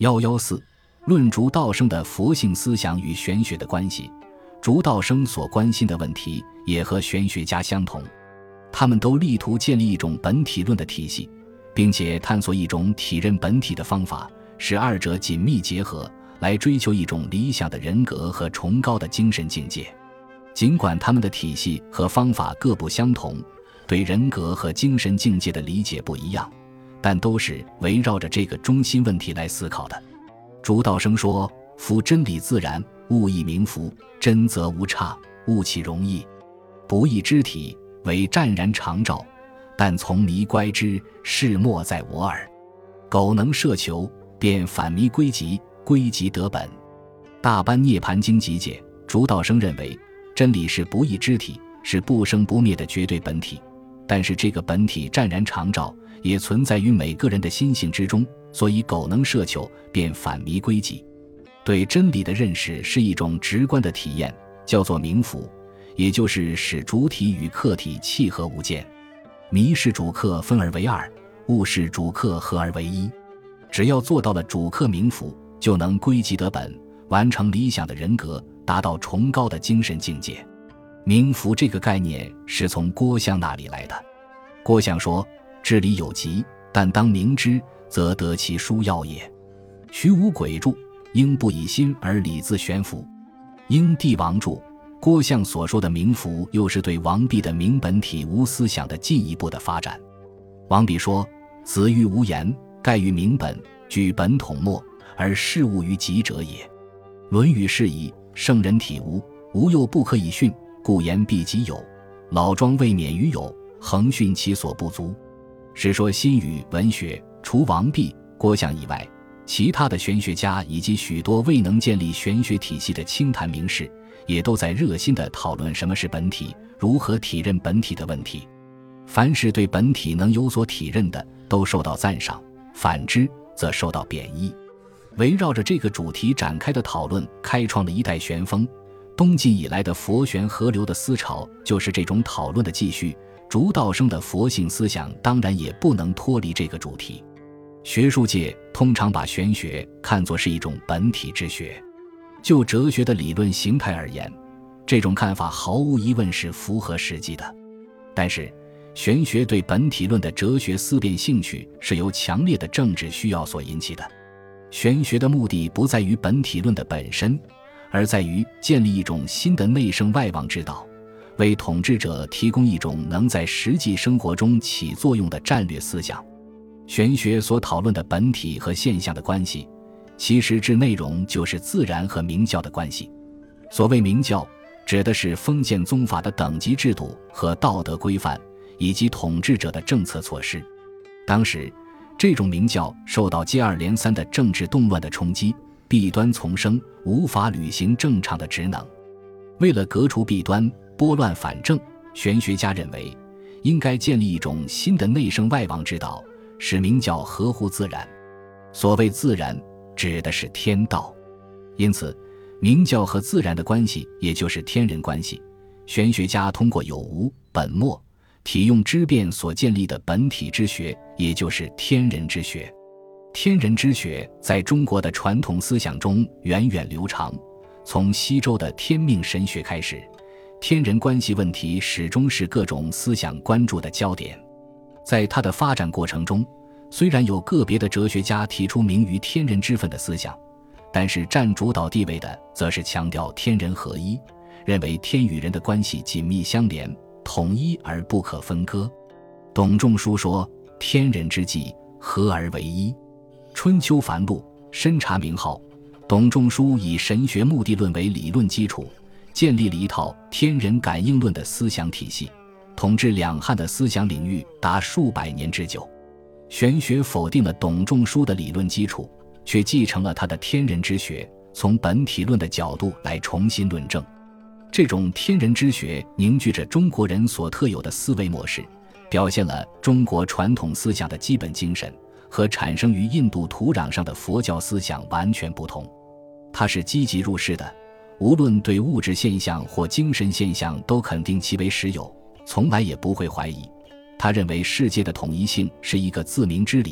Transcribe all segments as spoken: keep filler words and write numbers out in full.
一一四论竺道生的佛性思想与玄学的关系。竺道生所关心的问题也和玄学家相同，他们都力图建立一种本体论的体系，并且探索一种体认本体的方法，使二者紧密结合，来追求一种理想的人格和崇高的精神境界。尽管他们的体系和方法各不相同，对人格和精神境界的理解不一样，但都是围绕着这个中心问题来思考的。竺道生说，夫真理自然，物亦明服，真则无差，物其容易。不义之体，为湛然常照，但从迷乖之，是莫在我耳。苟能摄求，便反迷归极，归极得本。大般涅盘经集解，竺道生认为真理是不义之体，是不生不灭的绝对本体，但是这个本体湛然常照，也存在于每个人的心性之中，所以苟能摄求，便反迷归极。对真理的认识是一种直观的体验，叫做明服，也就是使主体与客体契合无间。迷是主客分而为二，悟是主客合而为一。只要做到了主客明服，就能归极得本，完成理想的人格，达到崇高的精神境界。明服这个概念是从郭象那里来的。郭象说，知理有极，但当明之，则得其殊要也。徐无鬼注，应不以心而理自悬浮。应帝王注，郭象所说的明服，又是对王弼的明本体无思想的进一步的发展。王弼说，子欲无言，盖于明本，举本统末，而事物于极者也。论语释疑，圣人体无，无有不可以训，故言必己有。老庄未免于有，恒训其所不足。是说心语文学，除王弼、郭象以外，其他的玄学家以及许多未能建立玄学体系的清谈名士，也都在热心地讨论什么是本体，如何体认本体的问题。凡是对本体能有所体认的，都受到赞赏，反之则受到贬义。围绕着这个主题展开的讨论，开创了一代玄风。东晋以来的佛玄合流的思潮，就是这种讨论的继续。竺道生的佛性思想当然也不能脱离这个主题。学术界通常把玄学看作是一种本体之学。就哲学的理论形态而言，这种看法毫无疑问是符合实际的。但是玄学对本体论的哲学思辨兴趣是由强烈的政治需要所引起的。玄学的目的不在于本体论的本身，而在于建立一种新的内圣外王之道，为统治者提供一种能在实际生活中起作用的战略思想。玄学所讨论的本体和现象的关系，其实质内容就是自然和明教的关系。所谓明教，指的是封建宗法的等级制度和道德规范，以及统治者的政策措施。当时这种明教受到接二连三的政治动乱的冲击，弊端丛生，无法履行正常的职能。为了革除弊端，拨乱反正，玄学家认为应该建立一种新的内圣外王之道，使明教合乎自然。所谓自然，指的是天道。因此明教和自然的关系也就是天人关系。玄学家通过有无、本末、体用之辩所建立的本体之学，也就是天人之学。天人之学在中国的传统思想中源远流长，从西周的天命神学开始，天人关系问题始终是各种思想关注的焦点。在它的发展过程中，虽然有个别的哲学家提出明于天人之分的思想，但是占主导地位的则是强调天人合一，认为天与人的关系紧密相连，统一而不可分割。董仲舒说，天人之际，合而为一。春秋繁露，深察名号。董仲舒以神学目的论为理论基础，建立了一套天人感应论的思想体系，统治两汉的思想领域达数百年之久。玄学否定了董仲舒的理论基础，却继承了他的天人之学，从本体论的角度来重新论证。这种天人之学凝聚着中国人所特有的思维模式，表现了中国传统思想的基本精神，和产生于印度土壤上的佛教思想完全不同。它是积极入世的，无论对物质现象或精神现象都肯定其为实有，从来也不会怀疑。他认为世界的统一性是一个自明之理，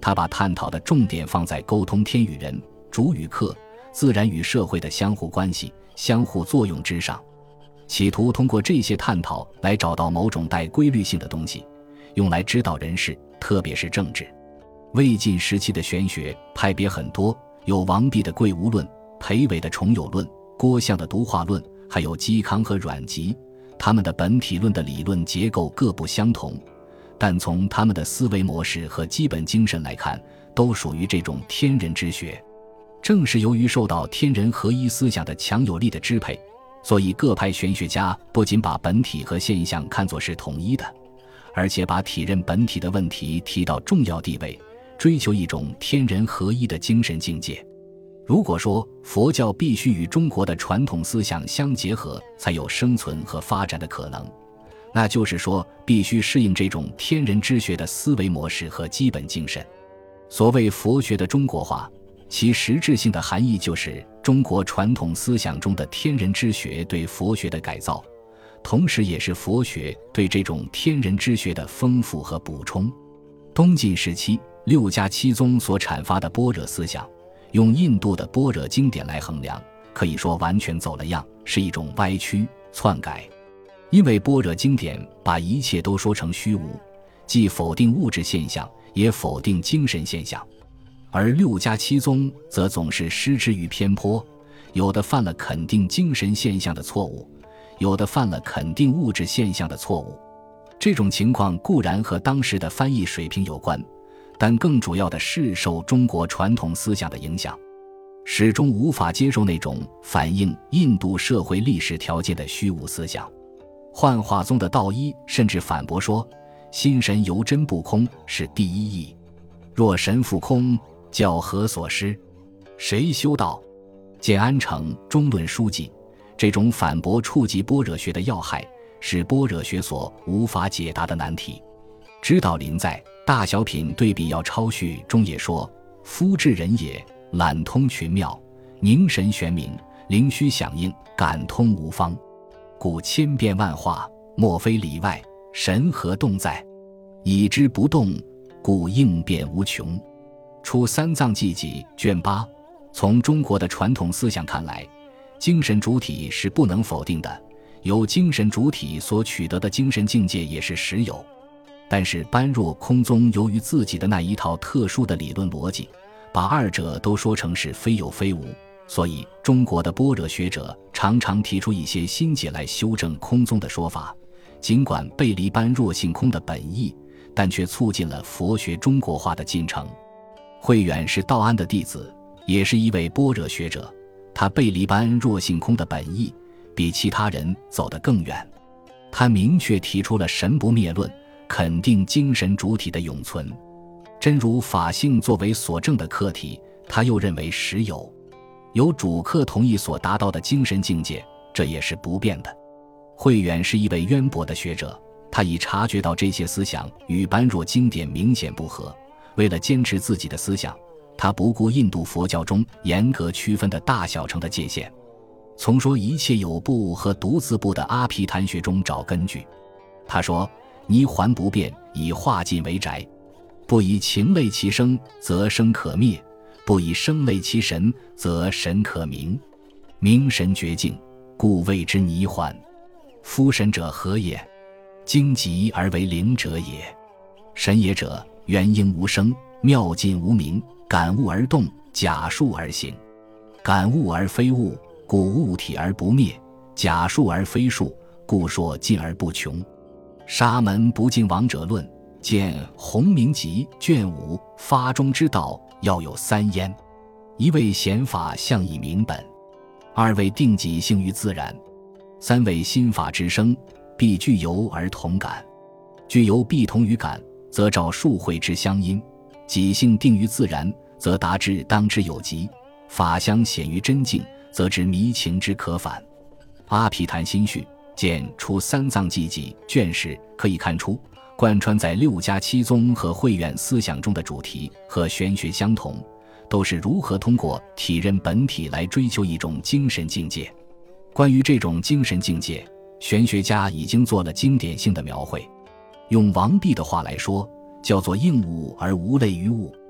他把探讨的重点放在沟通天与人、主与客、自然与社会的相互关系、相互作用之上，企图通过这些探讨来找到某种带规律性的东西，用来指导人事，特别是政治。魏晋时期的玄学派别很多，有王弼的贵无论、裴伟的重有论、郭象的独化论，还有嵇康和阮籍，他们的本体论的理论结构各不相同，但从他们的思维模式和基本精神来看，都属于这种天人之学。正是由于受到天人合一思想的强有力的支配，所以各派玄学家不仅把本体和现象看作是统一的，而且把体认本体的问题提到重要地位，追求一种天人合一的精神境界。如果说佛教必须与中国的传统思想相结合才有生存和发展的可能，那就是说必须适应这种天人之学的思维模式和基本精神。所谓佛学的中国化，其实质性的含义就是中国传统思想中的天人之学对佛学的改造，同时也是佛学对这种天人之学的丰富和补充。东晋时期六家七宗所阐发的般若思想，用印度的般若经典来衡量，可以说完全走了样，是一种歪曲篡改。因为般若经典把一切都说成虚无，既否定物质现象，也否定精神现象，而六家七宗则总是失之于偏颇，有的犯了肯定精神现象的错误，有的犯了肯定物质现象的错误。这种情况固然和当时的翻译水平有关，但更主要的是受中国传统思想的影响，始终无法接受那种反映印度社会历史条件的虚无思想。幻化宗的道一甚至反驳说，心神由真不空是第一义，若神复空，教何所施？谁修道？建安城中论书记，这种反驳触及般若学的要害，是般若学所无法解答的难题。知道林在大小品对比要抄序中也说，夫智人也，览通群妙，凝神玄明，灵虚响应，感通无方，故千变万化，莫非里外，神何动在？已知不动，故应变无穷。出三藏记集卷八。从中国的传统思想看来，精神主体是不能否定的，由精神主体所取得的精神境界也是实有。但是般若空宗由于自己的那一套特殊的理论逻辑，把二者都说成是非有非无，所以中国的般若学者常常提出一些新解来修正空宗的说法，尽管背离般若性空的本意，但却促进了佛学中国化的进程。慧远是道安的弟子，也是一位般若学者，他背离般若性空的本意，比其他人走得更远。他明确提出了神不灭论，肯定精神主体的永存。真如法性作为所证的客体，他又认为实有，由主客同意所达到的精神境界，这也是不变的。慧远是一位渊博的学者，他已察觉到这些思想与般若经典明显不合，为了坚持自己的思想，他不顾印度佛教中严格区分的大小乘的界限，从说一切有部和独自部的阿毗昙学中找根据。他说，泥环不变，以化尽为宅，不以情类其生，则生可灭；不以生类其神，则神可明。明神绝境，故谓之泥环。夫神者何也？精极而为灵者也。神也者，元应无声，妙尽无名，感物而动，假数而行。感物而非物，故物体而不灭；假数而非数，故说尽而不穷。沙门不敬王者论，见洪明集卷五发中之道要有三焉：一为显法象以明本，二为定己性于自然，三为心法之生，必具有而同感。具有必同于感，则照数会之相因；己性定于自然，则达至当之有极；法相显于真境，则知迷情之可返。阿毗昙心序见出三藏记集卷十，可以看出贯穿在六家七宗和慧远思想中的主题和玄学相同，都是如何通过体认本体来追求一种精神境界。关于这种精神境界，玄学家已经做了经典性的描绘。用王弼的话来说，叫做应物而无类于物。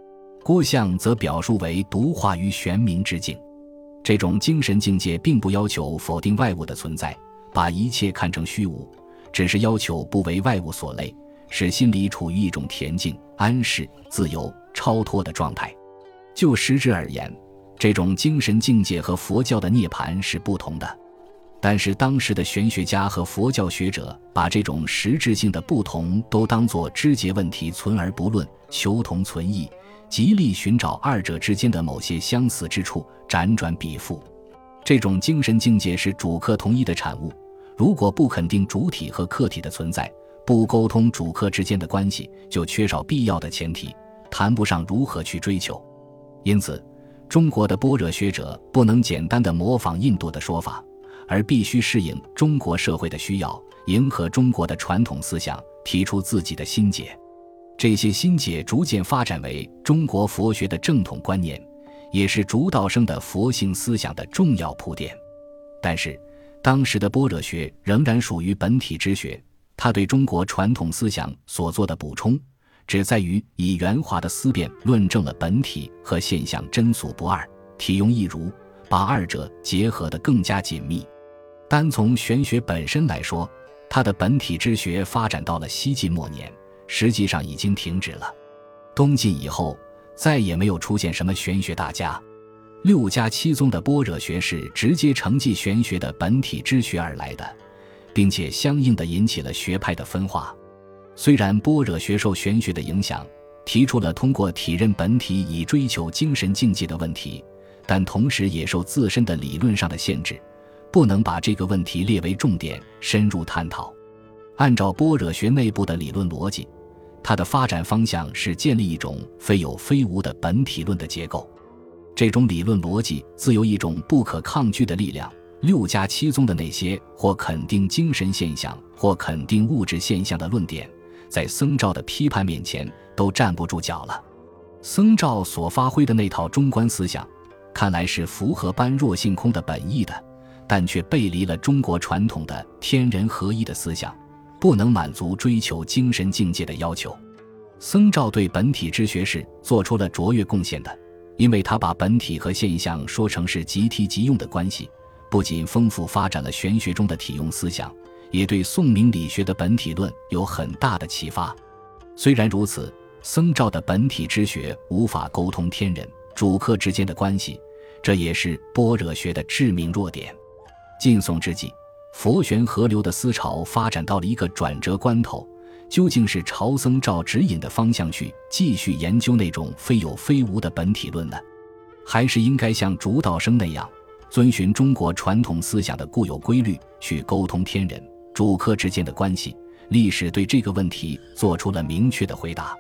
郭象则表述为独化于玄冥之境。这种精神境界并不要求否定外物的存在，把一切看成虚无，只是要求不为外物所累，使心里处于一种恬静、安适、自由、超脱的状态。就实质而言，这种精神境界和佛教的涅槃是不同的。但是当时的玄学家和佛教学者把这种实质性的不同都当作枝节问题存而不论，求同存异，极力寻找二者之间的某些相似之处，辗转比附。这种精神境界是主客同一的产物，如果不肯定主体和客体的存在，不沟通主客之间的关系，就缺少必要的前提，谈不上如何去追求。因此，中国的般若学者不能简单地模仿印度的说法，而必须适应中国社会的需要，迎合中国的传统思想，提出自己的新解。这些新解逐渐发展为中国佛学的正统观念，也是竺道生的佛性思想的重要铺垫。但是，当时的般若学仍然属于本体之学，他对中国传统思想所做的补充，只在于以圆滑的思辨论证了本体和现象真俗不二，体用一如，把二者结合得更加紧密。单从玄学本身来说，它的本体之学发展到了西晋末年，实际上已经停止了。东晋以后，再也没有出现什么玄学大家。六家七宗的般若学是直接承继玄学的本体之学而来的，并且相应地引起了学派的分化。虽然般若学受玄学的影响，提出了通过体认本体以追求精神境界的问题，但同时也受自身的理论上的限制，不能把这个问题列为重点深入探讨。按照般若学内部的理论逻辑，它的发展方向是建立一种非有非无的本体论的结构。这种理论逻辑自有一种不可抗拒的力量，六家七宗的那些或肯定精神现象或肯定物质现象的论点，在僧肇的批判面前都站不住脚了。僧肇所发挥的那套中观思想，看来是符合般若性空的本意的，但却背离了中国传统的天人合一的思想，不能满足追求精神境界的要求。僧肇对本体之学是做出了卓越贡献的，因为他把本体和现象说成是即体即用的关系，不仅丰富发展了玄学中的体用思想，也对宋明理学的本体论有很大的启发。虽然如此，僧肇的本体之学无法沟通天人主客之间的关系，这也是般若学的致命弱点。晋宋之际，佛玄合流的思潮发展到了一个转折关头，究竟是朝僧肇指引的方向去继续研究那种非有非无的本体论呢，还是应该像竺道生那样，遵循中国传统思想的固有规律，去沟通天人主客之间的关系？历史对这个问题做出了明确的回答。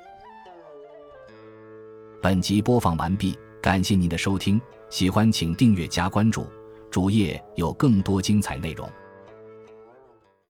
本集播放完毕，感谢您的收听，喜欢请订阅加关注，主页有更多精彩内容。